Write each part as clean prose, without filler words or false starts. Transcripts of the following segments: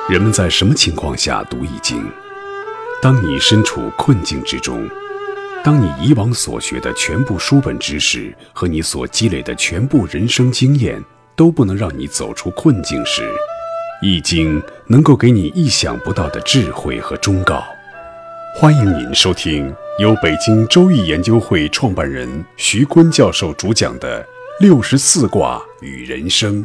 人们在什么情况下读易经？当你身处困境之中，当你以往所学的全部书本知识和你所积累的全部人生经验都不能让你走出困境时，易经能够给你意想不到的智慧和忠告。欢迎您收听由北京周易研究会创办人徐坤教授主讲的64卦与人生。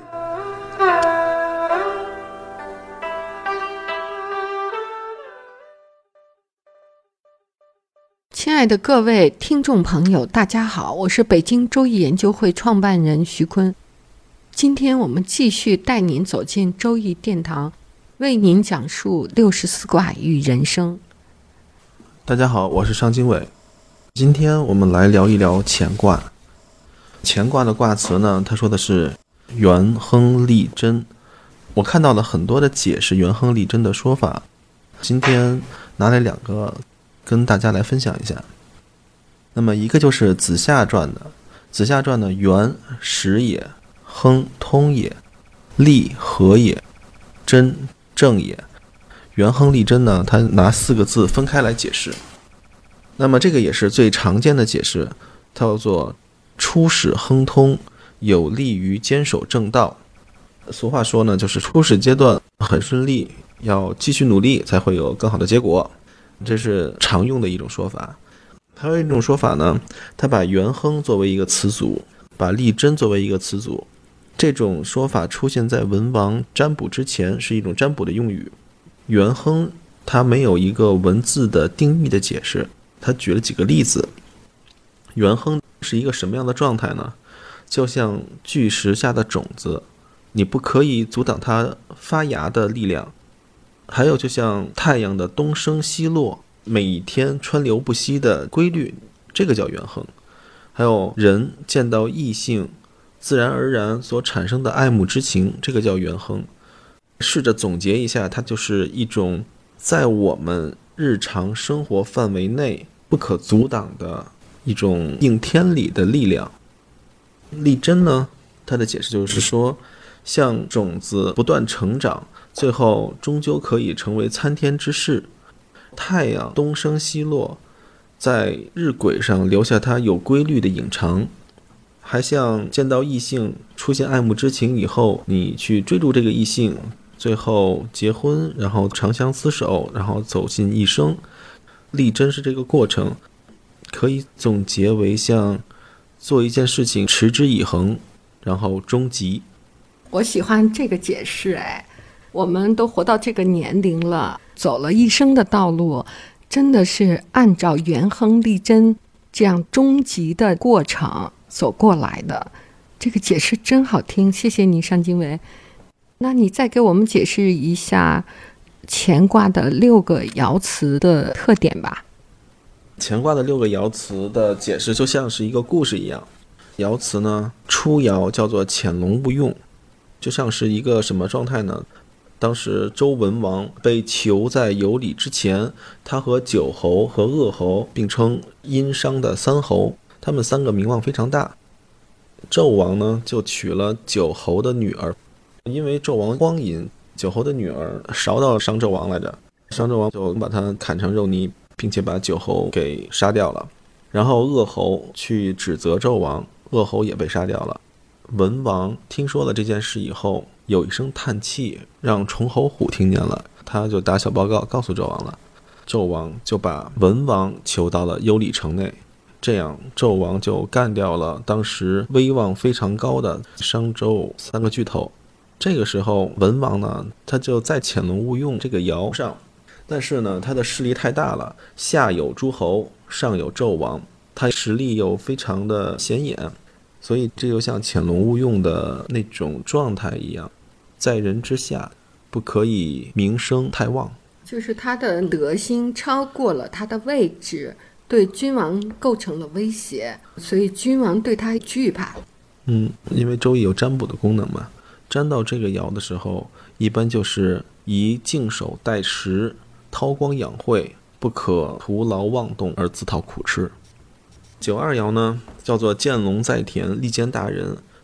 亲爱的各位听众朋友，大家好，我是北京周易研究会创办人徐坤。今天我们继续带您走进周易殿堂，为您讲述64卦与人生。 大家好，我是商经纬。今天我们来聊一聊乾卦。乾卦的卦词呢，他说的是元亨利贞。我看到了很多的解释元亨利贞的说法，今天拿来两个跟大家来分享一下。那么一个就是子夏传的，子夏传的元始也，亨通也，利和也，贞正也。元亨利贞呢，他拿4个字分开来解释。那么这个也是最常见的解释，它叫做初始亨通，有利于坚守正道。俗话说呢，就是初始阶段很顺利，要继续努力才会有更好的结果，这是常用的一种说法。还有一种说法呢，他把元亨作为一个词组，把利贞作为一个词组。这种说法出现在文王占卜之前，是一种占卜的用语。元亨它没有一个文字的定义的解释，他举了几个例子。元亨是一个什么样的状态呢？就像巨石下的种子，你不可以阻挡它发芽的力量。还有就像太阳的东升西落，每一天川流不息的规律，这个叫元亨。还有人见到异性自然而然所产生的爱慕之情，这个叫元亨。试着总结一下，它就是一种在我们日常生活范围内不可阻挡的一种应天理的力量。利贞呢，它的解释就是说，像种子不断成长，最后终究可以成为参天之势。太阳东升西落，在日晷上留下它有规律的影长。还像见到异性出现爱慕之情以后，你去追逐这个异性，最后结婚，然后长相厮守，然后走进一生。利贞是这个过程，可以总结为像做一件事情持之以恒，然后终极。 我喜欢这个解释。我们都活到这个年龄了，走了一生的道路，真的是按照元亨利贞这样终极的过程走过来的。这个解释真好听，谢谢你，商经纬。那你再给我们解释一下乾卦的6个爻辞的特点吧。 乾卦的6个爻辞的解释就像是一个故事一样。爻辞呢，初爻叫做潜龙勿用，就像是一个什么状态呢？当时周文王被囚在羑里之前，他和九侯和鄂侯并称殷商的3侯，他们3个名望非常大。纣王呢就娶了九侯的女儿，因为纣王荒淫，九侯的女儿勺到商纣王来着，商纣王就把他砍成肉泥，并且把九侯给杀掉了。然后鄂侯去指责纣王，鄂侯也被杀掉了。文王听说了这件事以后，有一声叹气，让崇侯虎听见了，他就打小报告告诉纣王了。纣王就把文王囚到了羑里城内，这样纣王就干掉了当时威望非常高的商周3个巨头。这个时候文王呢，他就在潜龙勿用这个爻上，但是呢他的势力太大了，下有诸侯，上有纣王，他实力又非常的显眼，所以这就像潜龙勿用的那种状态一样，在人之下，不可以名声太旺， 就是他的德行超过了他的位置，对君王构成了威胁，所以君王对他惧怕。 因为周易有占卜的功能嘛，占到这个爻的时候，一般就是宜静守待时，韬光养晦，不可徒劳妄动而自讨苦吃。92爻呢，叫做见龙在田，利见大人。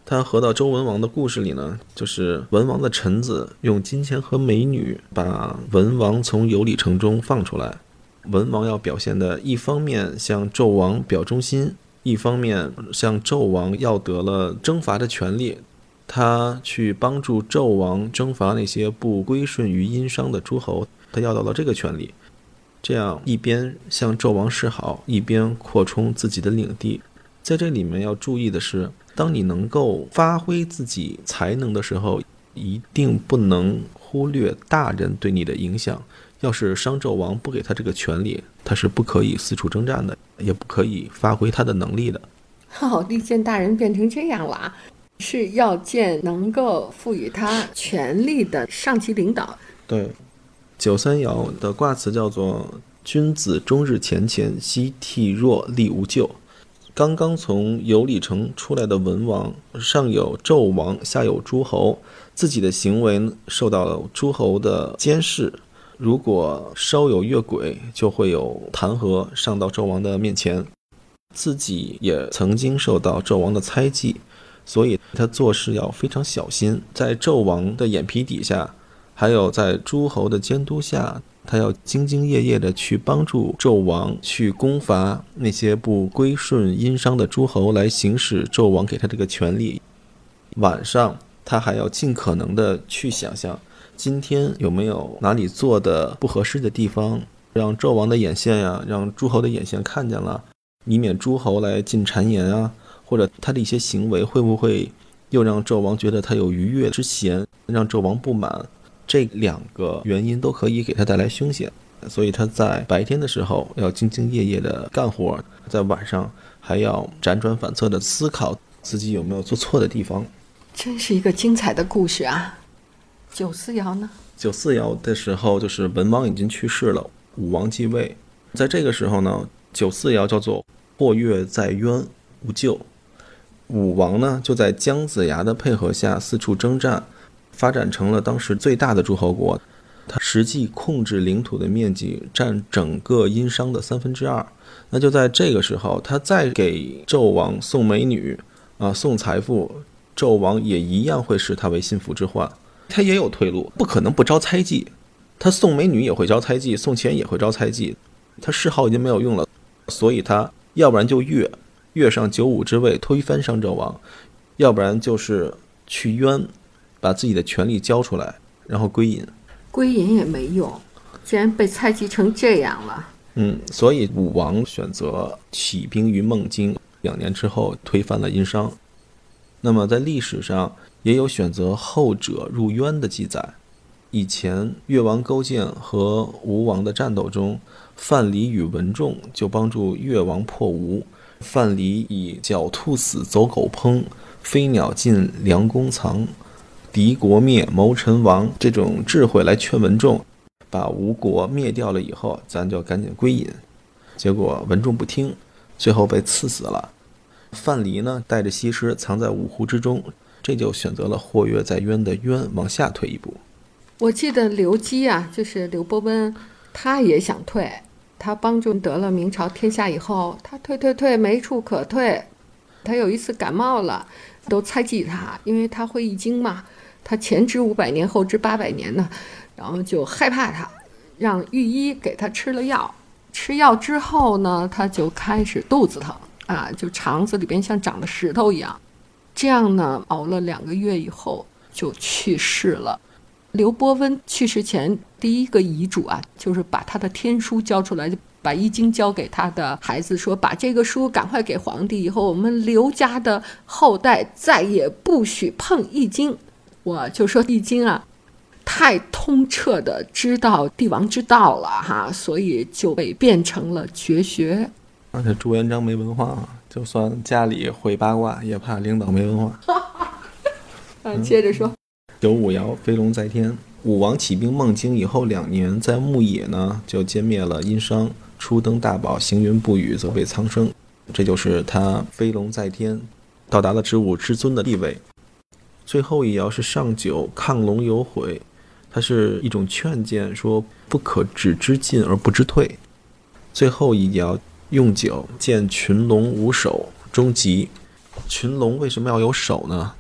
他合到周文王的故事里呢，就是文王的臣子用金钱和美女把文王从有里城中放出来。文王要表现的一方面向纣王表忠心，一方面向纣王要得了征伐的权利。他去帮助纣王征伐那些不归顺于殷商的诸侯，他要到了这个权利。这样一边向纣王示好，一边扩充自己的领地。在这里面要注意的是，当你能够发挥自己才能的时候，一定不能忽略大人对你的影响。要是商纣王不给他这个权利，他是不可以四处征战的，也不可以发挥他的能力的。 利见大人变成这样了，是要见能够赋予他权力的上级领导。 对，九三爻的卦辞叫做君子终日乾乾，夕惕若，力无咎。刚刚从有里城出来的文王，上有纣王，下有诸侯，自己的行为受到了诸侯的监视，如果稍有越轨，就会有弹劾上到纣王的面前。自己也曾经受到纣王的猜忌，所以他做事要非常小心。在纣王的眼皮底下，还有在诸侯的监督下，他要兢兢业业地去帮助纣王去攻伐那些不归顺殷商的诸侯，来行使纣王给他这个权利。晚上他还要尽可能的去想象今天有没有哪里做的不合适的地方，让纣王的眼线呀，让诸侯的眼线看见了，以免诸侯来进谗言啊，或者他的一些行为会不会又让纣王觉得他有逾越之嫌，让纣王不满。这两个原因都可以给他带来凶险，所以他在白天的时候要兢兢业业的干活，在晚上还要辗转反侧的思考自己有没有做错的地方。 真是一个精彩的故事啊。九四爻呢？ 九四爻的时候，就是文王已经去世了，武王继位。在这个时候呢，九四爻叫做或跃在渊，无咎。武王呢，就在姜子牙的配合下四处征战，发展成了当时最大的诸侯国。他实际控制领土的面积占整个殷商的2/3。那就在这个时候，他再给纣王送美女送财富，纣王也一样会视他为心腹之患。他也有退路，不可能不招猜忌。他送美女也会招猜忌，送钱也会招猜忌。他示好已经没有用了，所以他要不然就跃上95之位，推翻商纣王，要不然就是去渊，把自己的权力交出来，然后归隐。 归隐也没用，既然被猜忌成这样了。 所以武王选择起兵于孟津，2年之后推翻了殷商。那么在历史上也有选择后者入渊的记载。以前越王勾践和吴王的战斗中，范蠡与文仲就帮助越王破吴。范蠡以狡兔死，走狗烹，飞鸟尽，良弓藏，敌国灭，谋臣亡，这种智慧来劝文仲，把吴国灭掉了以后，咱就赶紧归隐。结果文仲不听，最后被赐死了。范蠡呢，带着西施藏在五湖之中，这就选择了或跃在渊的渊，往下退一步。 我记得刘基啊，就是刘伯温，他也想退，他帮助得了明朝天下以后，他退没处可退。他有一次感冒了，都猜忌他，因为他会易经嘛，他前知500年后知800年呢，然后就害怕他，让御医给他吃了药。吃药之后呢，他就开始肚子疼就肠子里边像长了石头一样。这样呢，熬了2个月以后就去世了。刘伯温去世前第一个遗嘱就是把他的天书交出来，就把易经交给他的孩子，说把这个书赶快给皇帝，以后我们刘家的后代再也不许碰易经。我就说易经太通彻的知道帝王之道了所以就被变成了绝学。 而且朱元璋没文化就算家里会八卦，也怕领导没文化。 接着说 95爻飞龙在天。武王起兵孟津以后2年，在牧野呢就歼灭了殷商，初登大宝，行云布雨，则被苍生。这就是他飞龙在天，到达了执武之尊的地位。最后一爻是上九，亢龙有悔，它是一种劝谏，说不可只知进而不知退。最后一爻用九，见群龙无首，终极。群龙为什么要有首呢？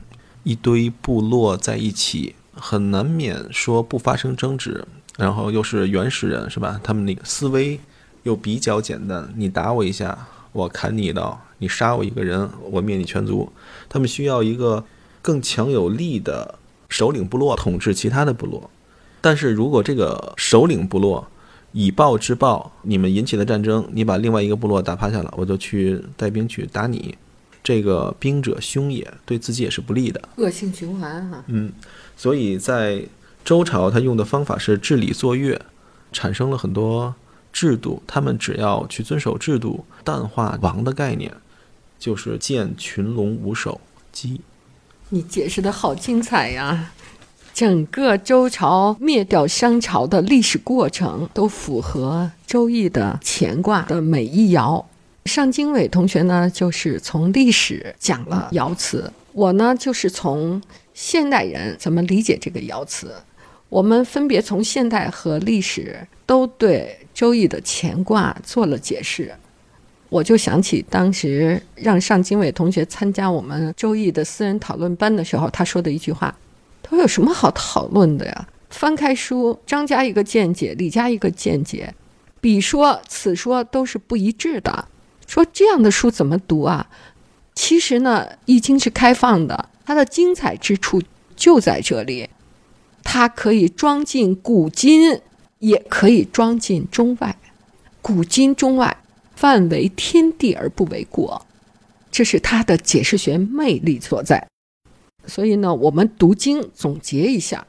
一堆部落在一起，很难免说不发生争执，然后又是原始人是吧？他们那个思维又比较简单，你打我一下，我砍你一刀，你杀我一个人，我灭你全族。他们需要一个更强有力的首领部落统治其他的部落。但是如果这个首领部落以暴制暴，你们引起的战争，你把另外一个部落打趴下了，我就去带兵去打你，这个兵者凶也，对自己也是不利的， 恶性循环啊。 所以在周朝他用的方法是治理作乐，产生了很多制度，他们只要去遵守制度，淡化王的概念，就是见群龙无首，鸡。 你解释的好精彩呀！整个周朝灭掉商朝的历史过程都符合周易的乾卦的每一爻。尚经纬同学呢，就是从历史讲了爻辞，我呢就是从现代人怎么理解这个爻辞。我们分别从现代和历史都对周易的乾卦做了解释。我就想起当时让尚经纬同学参加我们周易的私人讨论班的时候，他说的一句话，他说有什么好讨论的呀？翻开书，张家一个见解，李家一个见解，彼说此说都是不一致的，说这样的书怎么读啊？其实呢，易经是开放的，它的精彩之处就在这里，它可以装进古今，也可以装进中外，古今中外范围天地而不为过，这是它的解释学魅力所在。所以呢，我们读经总结一下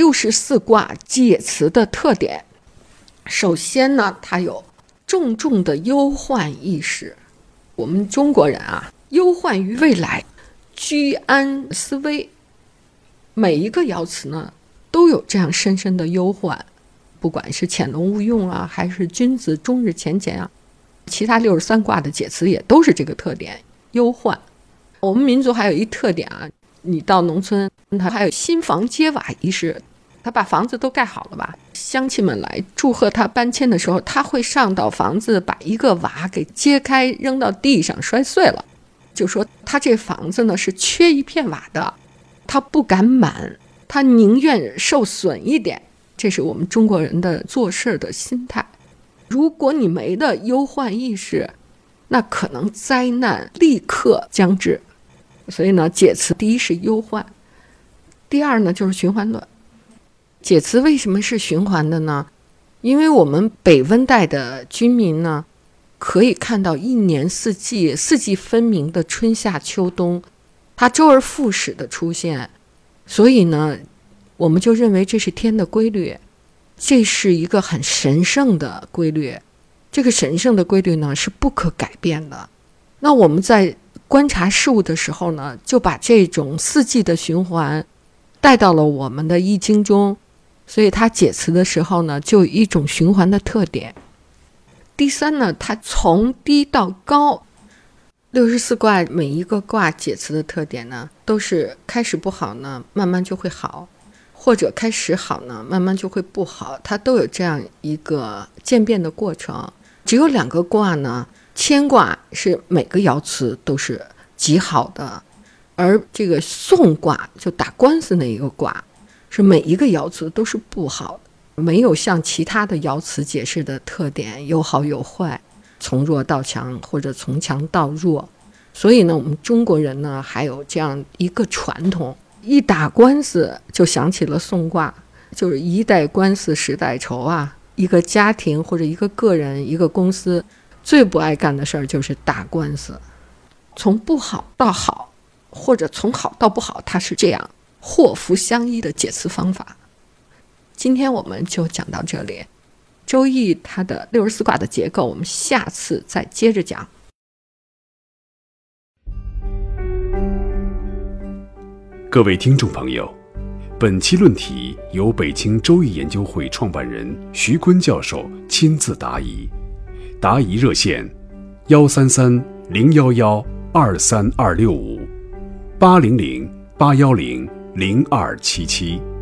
64卦解辞的特点。首先呢，它有重重的忧患意识。我们中国人啊，忧患于未来，居安思危。每一个爻辞呢，都有这样深深的忧患，不管是潜龙勿用啊，还是君子终日乾乾啊，其他63卦的解辞也都是这个特点，忧患。我们民族还有一特点啊，你到农村，它还有新房揭瓦仪式，他把房子都盖好了吧，乡亲们来祝贺他搬迁的时候，他会上到房子把一个瓦给揭开，扔到地上摔碎了，就说他这房子呢是缺一片瓦的，他不敢满，他宁愿受损一点，这是我们中国人的做事的心态。如果你没了忧患意识，那可能灾难立刻将至。所以呢，解辞第一是忧患，第二呢就是循环论。解辞为什么是循环的呢？因为我们北温带的居民呢，可以看到一年四季分明的春夏秋冬，它周而复始的出现，所以呢，我们就认为这是天的规律，这是一个很神圣的规律，这个神圣的规律呢是不可改变的。那我们在观察事物的时候呢，就把这种四季的循环带到了我们的易经中，所以它解辞的时候呢，就有一种循环的特点。第三呢，它从低到高，64卦每一个卦解辞的特点呢，都是开始不好呢，慢慢就会好，或者开始好呢，慢慢就会不好，它都有这样一个渐变的过程。只有2个卦呢，乾卦是每个爻辞都是极好的，而这个讼卦就打官司那一个卦，是每一个爻辞都是不好的，没有像其他的爻辞解释的特点有好有坏，从弱到强或者从强到弱。所以呢，我们中国人呢还有这样一个传统，一打官司就想起了讼卦，就是一代官司10代愁啊。一个家庭或者一个个人一个公司最不爱干的事儿就是打官司，从不好到好，或者从好到不好，它是这样祸福相依的解辞方法。今天我们就讲到这里，周易它的64卦的结构我们下次再接着讲。 各位听众朋友，本期论题由北京周易研究会创办人徐坤教授亲自答疑，答疑热线133-011-23265 800-810-0277。